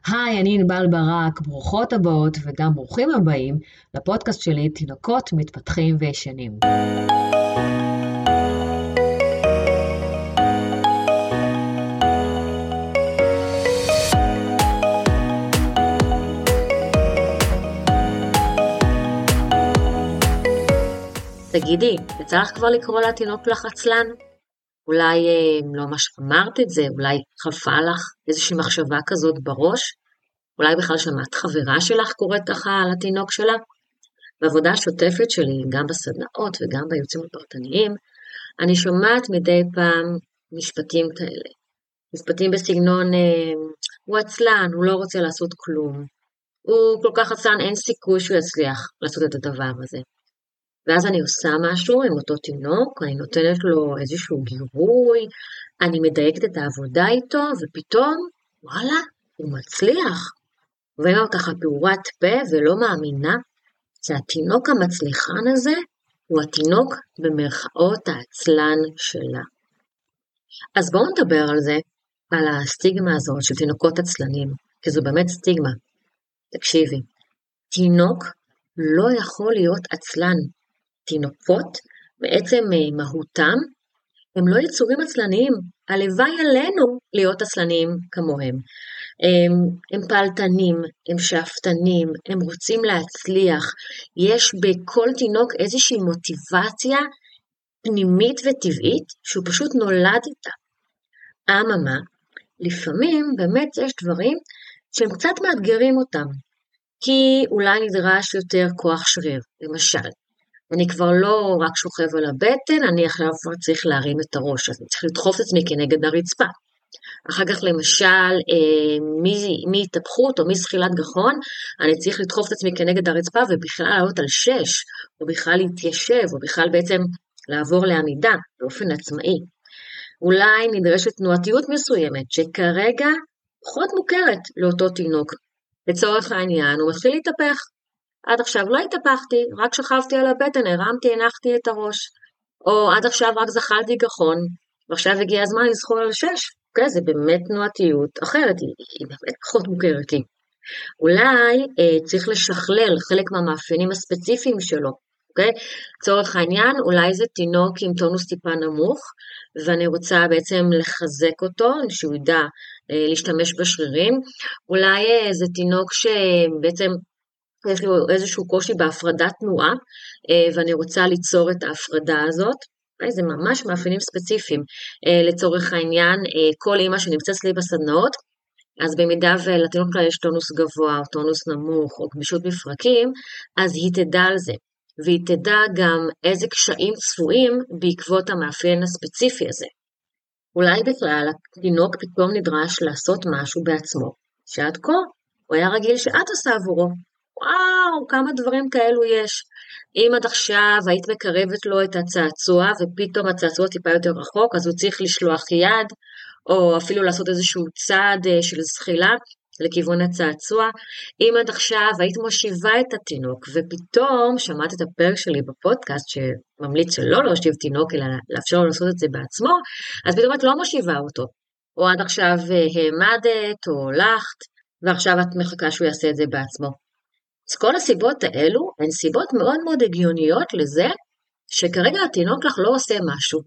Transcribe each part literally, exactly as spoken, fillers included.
היי, אני ענבל ברק, ברוכות הבאות וגם ברוכים הבאים לפודקאסט שלי, תינוקות מתפתחים וישנים. תגידי, יצא לך כבר לקרוא לתינוק לך עצלן? אולי אה, לא ממש אמרת את זה, אולי חלפה לך איזושהי מחשבה כזאת בראש? אולי בכלל שמעת חברה שלך קוראת ככה על התינוק שלה? בעבודה השוטפת שלי, גם בסדנאות וגם בייעוצים הפרטניים, אני שומעת מדי פעם משפטים כאלה. משפטים בסגנון, אה, הוא עצלן, הוא לא רוצה לעשות כלום. הוא כל כך עצלן, אין סיכוי שהוא יצליח לעשות את הדבר הזה. ואז אני עושה משהו עם אותו תינוק, אני נותנת לו איזשהו גירוי, אני מדייקת את העבודה איתו, ופתאום, וואלה, הוא מצליח. ואני ככה פעורת פה ולא מאמינה שהתינוק המצליחן הזה הוא התינוק במרכאות העצלן שלה. אז בואו נדבר על זה, על הסטיגמה הזאת של תינוקות עצלנים, כי זו באמת סטיגמה. תקשיבי, תינוק לא יכול להיות עצלן. תינוקות, בעצם מהותם, הם לא יצורים עצלניים, הלוואי עלינו להיות עצלניים כמוהם. הם, הם פעלתנים, הם שאפתנים, הם רוצים להצליח, יש בכל תינוק איזושהי מוטיבציה פנימית וטבעית, שהוא פשוט נולד איתה. אממה, לפעמים באמת יש דברים שהם קצת מאתגרים אותם, כי אולי נדרש יותר כוח שריר, למשל. אני כבר לא רק שוכב על הבטן, אני עכשיו כבר צריך להרים את הראש, אז אני צריך לדחוף את עצמי כנגד הרצפה. אחר כך למשל, מהתהפכות או מזחילת גחון, אני צריך לדחוף את עצמי כנגד הרצפה, ובכלל לעלות על שש, או בכלל להתיישב, או בכלל בעצם לעבור לעמידה, באופן עצמאי. אולי נדרשת תנועתיות מסוימת, שכרגע פחות מוכרת לאותו תינוק. לצורך העניין, הוא מתחיל להתהפך. עד עכשיו לא התהפכתי, רק שכבתי על הבטן, הרמתי, הנחתי את הראש. או עד עכשיו רק זחלתי גחון, ועכשיו הגיע הזמן לזחול על שש. אוקיי, זה באמת תנועתיות אחרת, היא, היא באמת פחות מוכרת לי. אולי אה, צריך לשכלל חלק מהמאפיינים הספציפיים שלו. אוקיי? צורך העניין, אולי זה תינוק עם טונוס טיפה נמוך, ואני רוצה בעצם לחזק אותו, שהוא ידע אה, להשתמש בשרירים. אולי אה, זה תינוק שבעצם יש לו איזשהו קושי בהפרדת תנועה, ואני רוצה ליצור את ההפרדה הזאת, זה ממש מאפיינים ספציפיים, לצורך העניין, כל אימא שנמצאת לי בסדנאות, אז במידה ולתינוק שלה יש טונוס גבוה, או טונוס נמוך, או גמישות בפרקים, אז היא תדע על זה, והיא תדע גם איזה קשיים צפויים בעקבות המאפיין הספציפי הזה. אולי בכלל התינוק פתאום נדרש לעשות משהו בעצמו, שעד כה הוא היה רגיל שאת עושה עבורו, וואו, כמה דברים כאלו יש. אם עד עכשיו היית מקרבת לו את הצעצוע, ופתאום הצעצוע טיפה יותר רחוק, אז הוא צריך לשלוח יד, או אפילו לעשות איזשהו צעד של זחילה לכיוון הצעצוע. אם עד עכשיו היית מושיבה את התינוק, ופתאום שמעת את הפרק שלי בפודקאסט, שממליץ שלא להושיב תינוק, אלא לאפשר לו לעשות את זה בעצמו, אז פתאום את לא מושיבה אותו. או עד עכשיו העמדת, או הולכת, ועכשיו את מחכה שהוא יעשה את זה בעצמו. אז כל הסיבות האלו הן סיבות מאוד מאוד הגיוניות לזה שכרגע התינוק לך לא עושה משהו,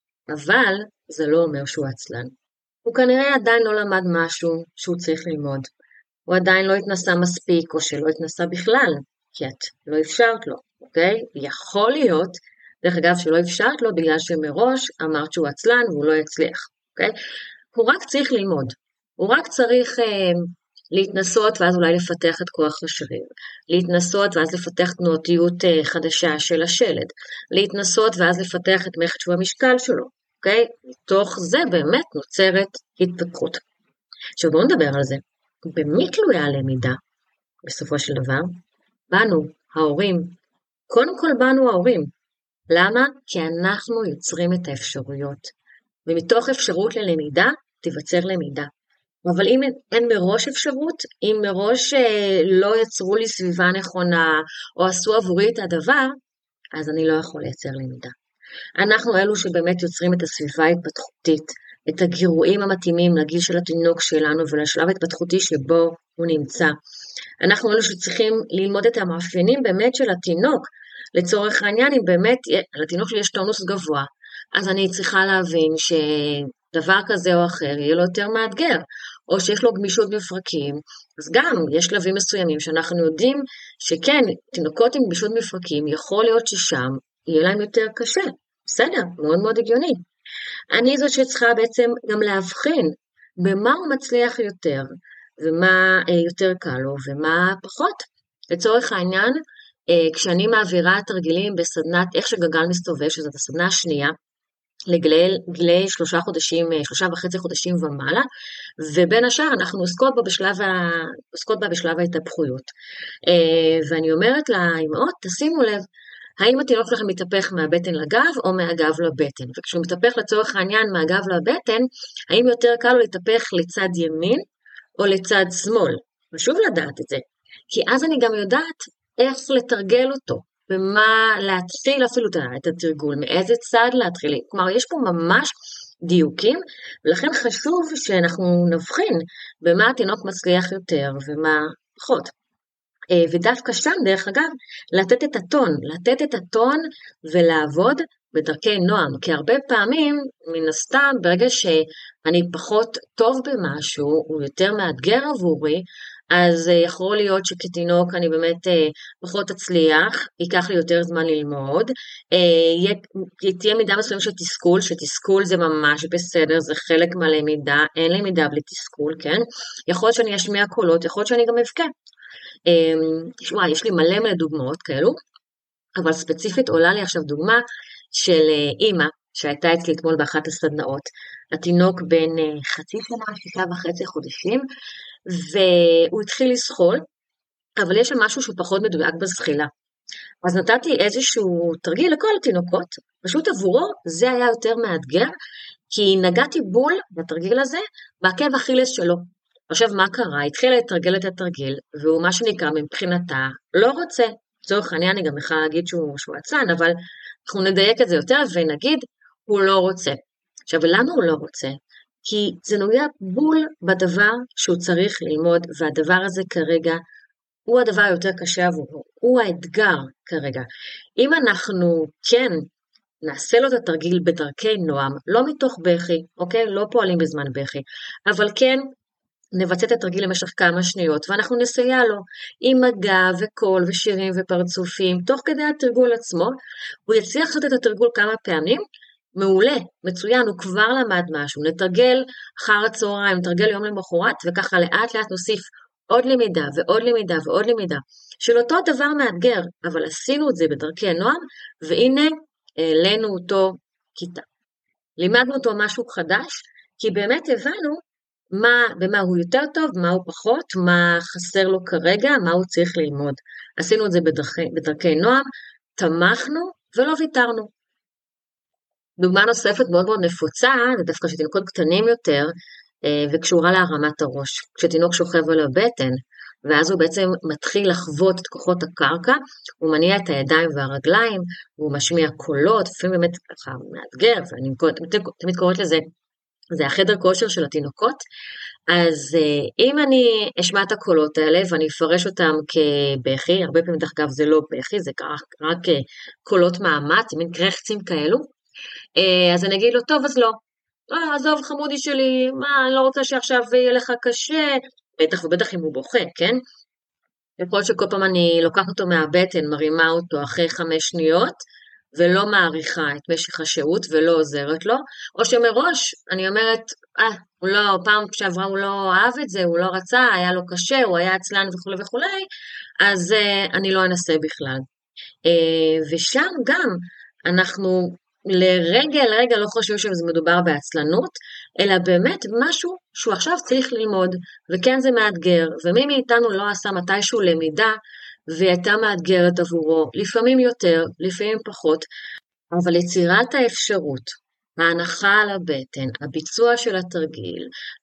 אבל זה לא אומר שהוא עצלן. הוא כנראה עדיין לא למד משהו שהוא צריך ללמוד, הוא עדיין לא התנסה מספיק או שלא התנסה בכלל, כי את לא אפשרת לו, אוקיי? יכול להיות, דרך אגב שלא אפשרת לו בגלל שמראש אמרת שהוא עצלן והוא לא יצליח, אוקיי? הוא רק צריך ללמוד, הוא רק צריך אה, להתנסות ואז אולי לפתח את כוח השריר, להתנסות ואז לפתח תנועתיות חדשה של השלד, להתנסות ואז לפתח את מערכת שהוא המשקל שלו, אוקיי? מתוך זה באמת נוצרת התפתחות. עכשיו בואו נדבר על זה, במי תלויה הלמידה בסופו של דבר? בנו, ההורים, קודם כל בנו ההורים. למה? כי אנחנו יוצרים את האפשרויות, ומתוך אפשרות ללמידה תיווצר למידה. אבל אם אין מראש אפשרות, אם מראש לא יצרו לי סביבה נכונה, או עשו עבורי את הדבר, אז אני לא יכול לייצר למידה. אנחנו אלו שבאמת יוצרים את הסביבה ההתפתחותית, את הגירויים המתאימים לגיל של התינוק שלנו ולשלב ההתפתחותי שבו הוא נמצא. אנחנו אלו שצריכים ללמוד את המאפיינים באמת של התינוק. לצורך העניין, אם באמת לתינוק שלי יש טונוס גבוה, אז אני צריכה להבין שדבר כזה או אחר יהיה לו יותר מאתגר, או שיש לו גמישות בפרקים. אז גם יש שלבים מסוימים שאנחנו יודעים שכן, תינוקות עם גמישות בפרקים, יכול להיות ששם יהיה להם יותר קשה. בסדר, מאוד מאוד הגיוני. אני זאת שצריכה בעצם גם להבחין במה הוא מצליח יותר, ומה יותר קל לו, ומה פחות. לצורך העניין, כשאני מעבירה תרגילים בסדנת איך שגלגל מסתובב, שזאת הסדנה השנייה, לגלי שלושה חודשים, שלושה וחצי חודשים ומעלה, ובין השאר אנחנו עוסקות בה בשלב, ה... עוסקות בה בשלב ההתהפכויות. ואני אומרת לאמהות, תשימו לב, האם התינוק שלכם מתהפך מהבטן לגב או מהגב לבטן? וכשהוא מתהפך לצורך העניין מהגב לבטן, האם יותר קל לו להתהפך לצד ימין או לצד שמאל? חשוב לדעת את זה, כי אז אני גם יודעת איך לתרגל אותו, ומה להתחיל אפילו את התרגול, מאיזה צד להתחיל. כלומר, יש פה ממש דיוקים, ולכן חשוב שאנחנו נבחין במה התינוק מצליח יותר ומה פחות. ודווקא שם, דרך אגב, לתת את הטון, לתת את הטון ולעבוד בדרכי נועם, כי הרבה פעמים, מן הסתם, ברגע שאני פחות טוב במשהו, הוא יותר מאתגר עבורי, אז יכול להיות שכתינוק אני באמת פחות אצליח, ייקח לי יותר זמן ללמוד, תהיה מידה מסוים של תסכול, שתסכול זה ממש בסדר, זה חלק מהלמידה, אין למידה בלי תסכול, כן? יכול להיות שאני אשמיע קולות, יכול להיות שאני גם אבכה. וואי, יש לי מלא מלא דוגמאות כאלו, אבל ספציפית עולה לי עכשיו דוגמה של אימא, שהייתה אצלי אתמול באחת הסדנאות, התינוק בין חצי שנה, שישה וחצי חודשים, והוא התחיל לסחול, אבל יש שם משהו שהוא פחות מדויק בזחילה. אז נתתי איזשהו תרגיל לכל התינוקות, פשוט עבורו זה היה יותר מאתגר, כי נגעתי בול בתרגיל הזה, בעקב אכילס שלו. עכשיו מה קרה? התחילה לתרגל את התרגיל, והוא מה שנקרא מבחינתה לא רוצה. לצורך העניין אני גם יכולה להגיד שהוא, שהוא עצן, אבל אנחנו נדייק את זה יותר ונגיד, הוא לא רוצה. עכשיו, למה הוא לא רוצה? כי זה נוגע בול בדבר שהוא צריך ללמוד, והדבר הזה כרגע הוא הדבר היותר קשה עבורו, הוא האתגר כרגע. אם אנחנו כן נעשה לו את התרגיל בדרכי נועם, לא מתוך בכי, אוקיי? לא פועלים בזמן בכי, אבל כן נבצע את התרגיל למשך כמה שניות, ואנחנו נסייע לו עם מגע וקול ושירים ופרצופים, תוך כדי התרגול עצמו, הוא יצליח לעשות את התרגול כמה פעמים, מעולה, מצוין, הוא כבר למד משהו, נתרגל אחר הצהריים, נתרגל יום למחרת, וככה לאט לאט נוסיף עוד למידה ועוד למידה ועוד למידה, של אותו דבר מאתגר, אבל עשינו את זה בדרכי הנועם, והנה העלינו אותו כיתה. לימדנו אותו משהו חדש, כי באמת הבנו מה, במה הוא יותר טוב, מה הוא פחות, מה חסר לו כרגע, מה הוא צריך ללמוד. עשינו את זה בדרכי, בדרכי נועם, תמכנו ולא ויתרנו. דוגמה נוספת מאוד מאוד נפוצה, זה דווקא שתינוקות קטנים יותר, וקשורה להרמת הראש. כשתינוק שוכב על הבטן, ואז הוא בעצם מתחיל לחוות את כוחות הקרקע, הוא מניע את הידיים והרגליים, והוא משמיע קולות, לפעמים באמת ככה מאתגר, ואני תמיד קוראת לזה, זה החדר כושר של התינוקות, אז אם אני אשמע את הקולות האלה, ואני אפרש אותם כבכי, הרבה פעמים דרך אגב זה לא בכי, זה רק קולות מאמץ, מין קרחצים כאלו, אז אני אגיד לו, טוב אז לא, אה, עזוב חמודי שלי, מה, אני לא רוצה שעכשיו יהיה לך קשה, בטח ובטח אם הוא בוכה, כן? יכול להיות שכל פעם אני לוקחת אותו מהבטן, מרימה אותו אחרי חמש שניות, ולא מעריכה את משך השהות ולא עוזרת לו, או שמראש אני אומרת, אה, הוא לא, פעם כשעברה הוא לא אהב את זה, הוא לא רצה, היה לו קשה, הוא היה עצלן וכו' וכו', אז uh, אני לא אנסה בכלל. Uh, ושם גם אנחנו לרגע, לרגע לא חושבים שזה מדובר בעצלנות, אלא באמת משהו שהוא עכשיו צריך ללמוד, וכן זה מאתגר, ומי מאיתנו לא עשה מתישהו למידה, והייתה מאתגרת עבורו, לפעמים יותר, לפעמים פחות, אבל יצירת האפשרות, ההנחה על הבטן, הביצוע של התרגיל,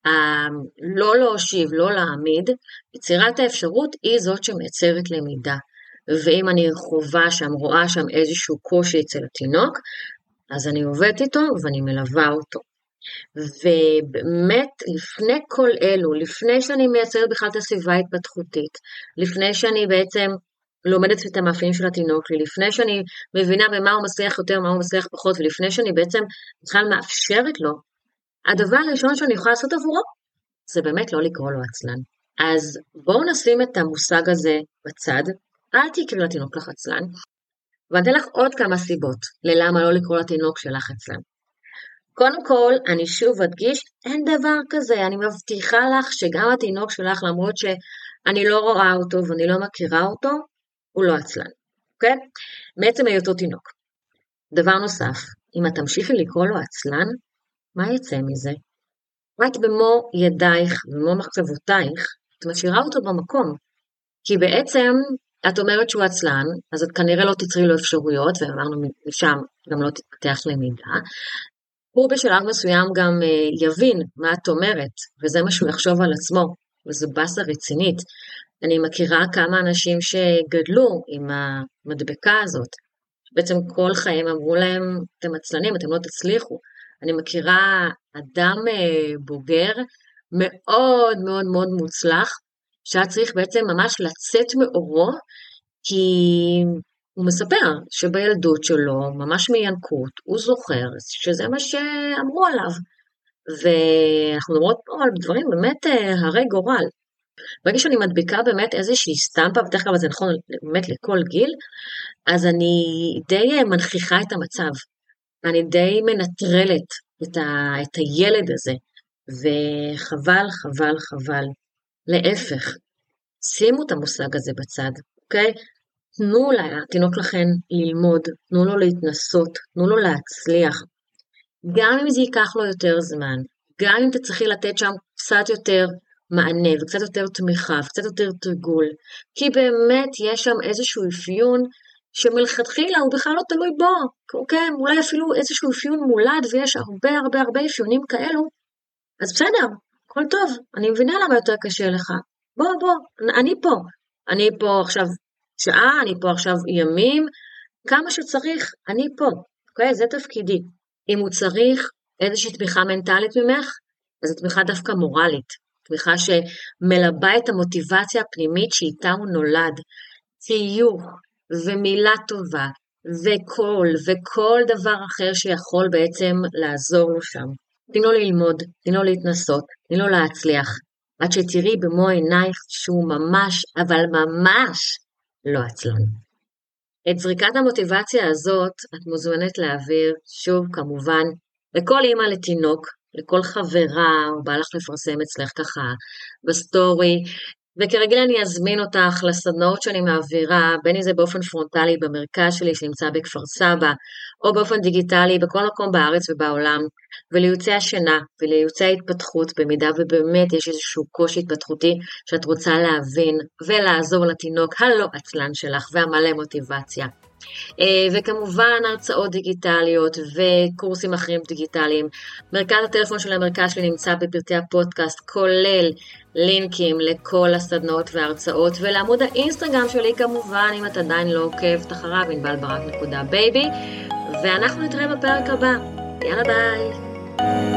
לא להושיב, לא להעמיד, יצירת האפשרות היא זאת שמייצרת למידה, ואם אני חובה שם, רואה שם איזשהו קושי אצל התינוק, אז אני עובדת איתו ואני מלווה אותו. ובאמת, לפני כל אלו, לפני שאני מייצרת בכלל את הסביבה ההתפתחותית, לפני שאני בעצם לומדת את המאפיינים של התינוק שלי, לפני שאני מבינה במה הוא מצליח יותר, מה הוא מצליח פחות, ולפני שאני בעצם בכלל מאפשרת לו, הדבר הראשון שאני יכולה לעשות עבורו, זה באמת לא לקרוא לו עצלן. אז בואו נשים את המושג הזה בצד, אל תקראי לתינוק לך עצלן, ואני אתן לך עוד כמה סיבות ללמה לא לקרוא לתינוק שלך עצלן. קודם כל, אני שוב אדגיש, אין דבר כזה, אני מבטיחה לך שגם התינוק שלך, למרות שאני לא רואה אותו ואני לא מכירה אותו, הוא לא עצלן, אוקיי? בעצם היותו תינוק. דבר נוסף, אם את תמשיכי לקרוא לו עצלן, מה יצא מזה? רק במו ידייך ובמו מחשבותייך, את משאירה אותו במקום, כי בעצם את אומרת שהוא עצלן, אז את כנראה לא תצרי לו אפשרויות, ואמרנו משם גם לא תתפתח למידה, הוא בשלב מסוים גם יבין מה את אומרת, וזה מה שהוא יחשוב על עצמו, וזו בסה רצינית. אני מכירה כמה אנשים שגדלו עם המדבקה הזאת, בעצם כל חיים אמרו להם, אתם עצלנים, אתם לא תצליחו. אני מכירה אדם בוגר מאוד מאוד מאוד מוצלח, שהיה צריך בעצם ממש לצאת מאורו, כי הוא מספר שבילדות שלו, ממש מינקות, הוא זוכר שזה מה שאמרו עליו. ואנחנו מדברות פה על דברים באמת הרי גורל. ברגע שאני מדביקה באמת איזושהי סטמפה, בדרך כלל זה נכון באמת לכל גיל, אז אני די מנכיחה את המצב. אני די מנטרלת את, ה, את הילד הזה, וחבל, חבל, חבל. להפך, שימו את המושג הזה בצד, אוקיי? תנו לתינוק לכן ללמוד, תנו לו להתנסות, תנו לו להצליח. גם אם זה ייקח לו יותר זמן, גם אם תצטרכי לתת שם קצת יותר מענה, וקצת יותר תמיכה, וקצת יותר תרגול, כי באמת יש שם איזשהו אפיון, שמלכתחילה הוא בכלל לא תלוי בו, אוקיי? אולי אפילו איזשהו אפיון מולד, ויש הרבה הרבה הרבה אפיונים כאלו, אז בסדר, הכל טוב, אני מבינה למה יותר קשה לך. בוא, בוא, אני פה. אני פה עכשיו שעה, אני פה עכשיו ימים, כמה שצריך, אני פה. אוקיי? זה תפקידי. אם הוא צריך איזושהי תמיכה מנטלית ממך, אז זו תמיכה דווקא מורלית. תמיכה שמלבה את המוטיבציה הפנימית שאיתה הוא נולד. ציוך ומילה טובה וקול וכל דבר אחר שיכול בעצם לעזור לו שם. תני לו ללמוד, תני לו להתנסות, תני לו להצליח, עד שתראי במו עינייך שהוא ממש, אבל ממש לא עצלן. את זריקת המוטיבציה הזאת את מוזמנת להעביר, שוב כמובן, לכל אימא לתינוק, לכל חברה, או בא לך לפרסם אצלך ככה בסטורי, וכרגיל אני אזמין אותך לסדנאות שאני מעבירה, בין אם זה באופן פרונטלי במרכז שלי שנמצא בכפר סבא, או באופן דיגיטלי בכל מקום בארץ ובעולם, ולייעוצי השינה ולייעוצי ההתפתחות, במידה ובאמת יש איזשהו קושי התפתחותי שאת רוצה להבין ולעזור לתינוק הלא עצלן שלך והמלא מוטיבציה. וכמובן הרצאות דיגיטליות וקורסים אחרים דיגיטליים. מרכז הטלפון של המרכז שלי נמצא בפרטי הפודקאסט, כולל לינקים לכל הסדנאות וההרצאות, ולעמוד האינסטגרם שלי כמובן, אם את עדיין לא עוקבת אחריו, ענבל ברק נקודה בייבי, ואנחנו נתראה בפרק הבא. יאללה ביי.